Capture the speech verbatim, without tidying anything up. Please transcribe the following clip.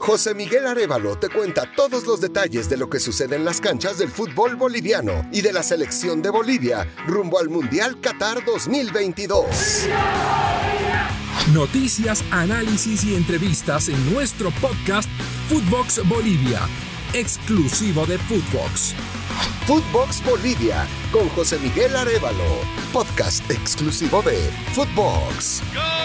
José Miguel Arévalo te cuenta todos los detalles de lo que sucede en las canchas del fútbol boliviano y de la selección de Bolivia rumbo al Mundial Qatar dos mil veintidós. Noticias, análisis y entrevistas en nuestro podcast Footbox Bolivia, exclusivo de Footbox. Footbox Bolivia con José Miguel Arévalo, podcast exclusivo de Footbox.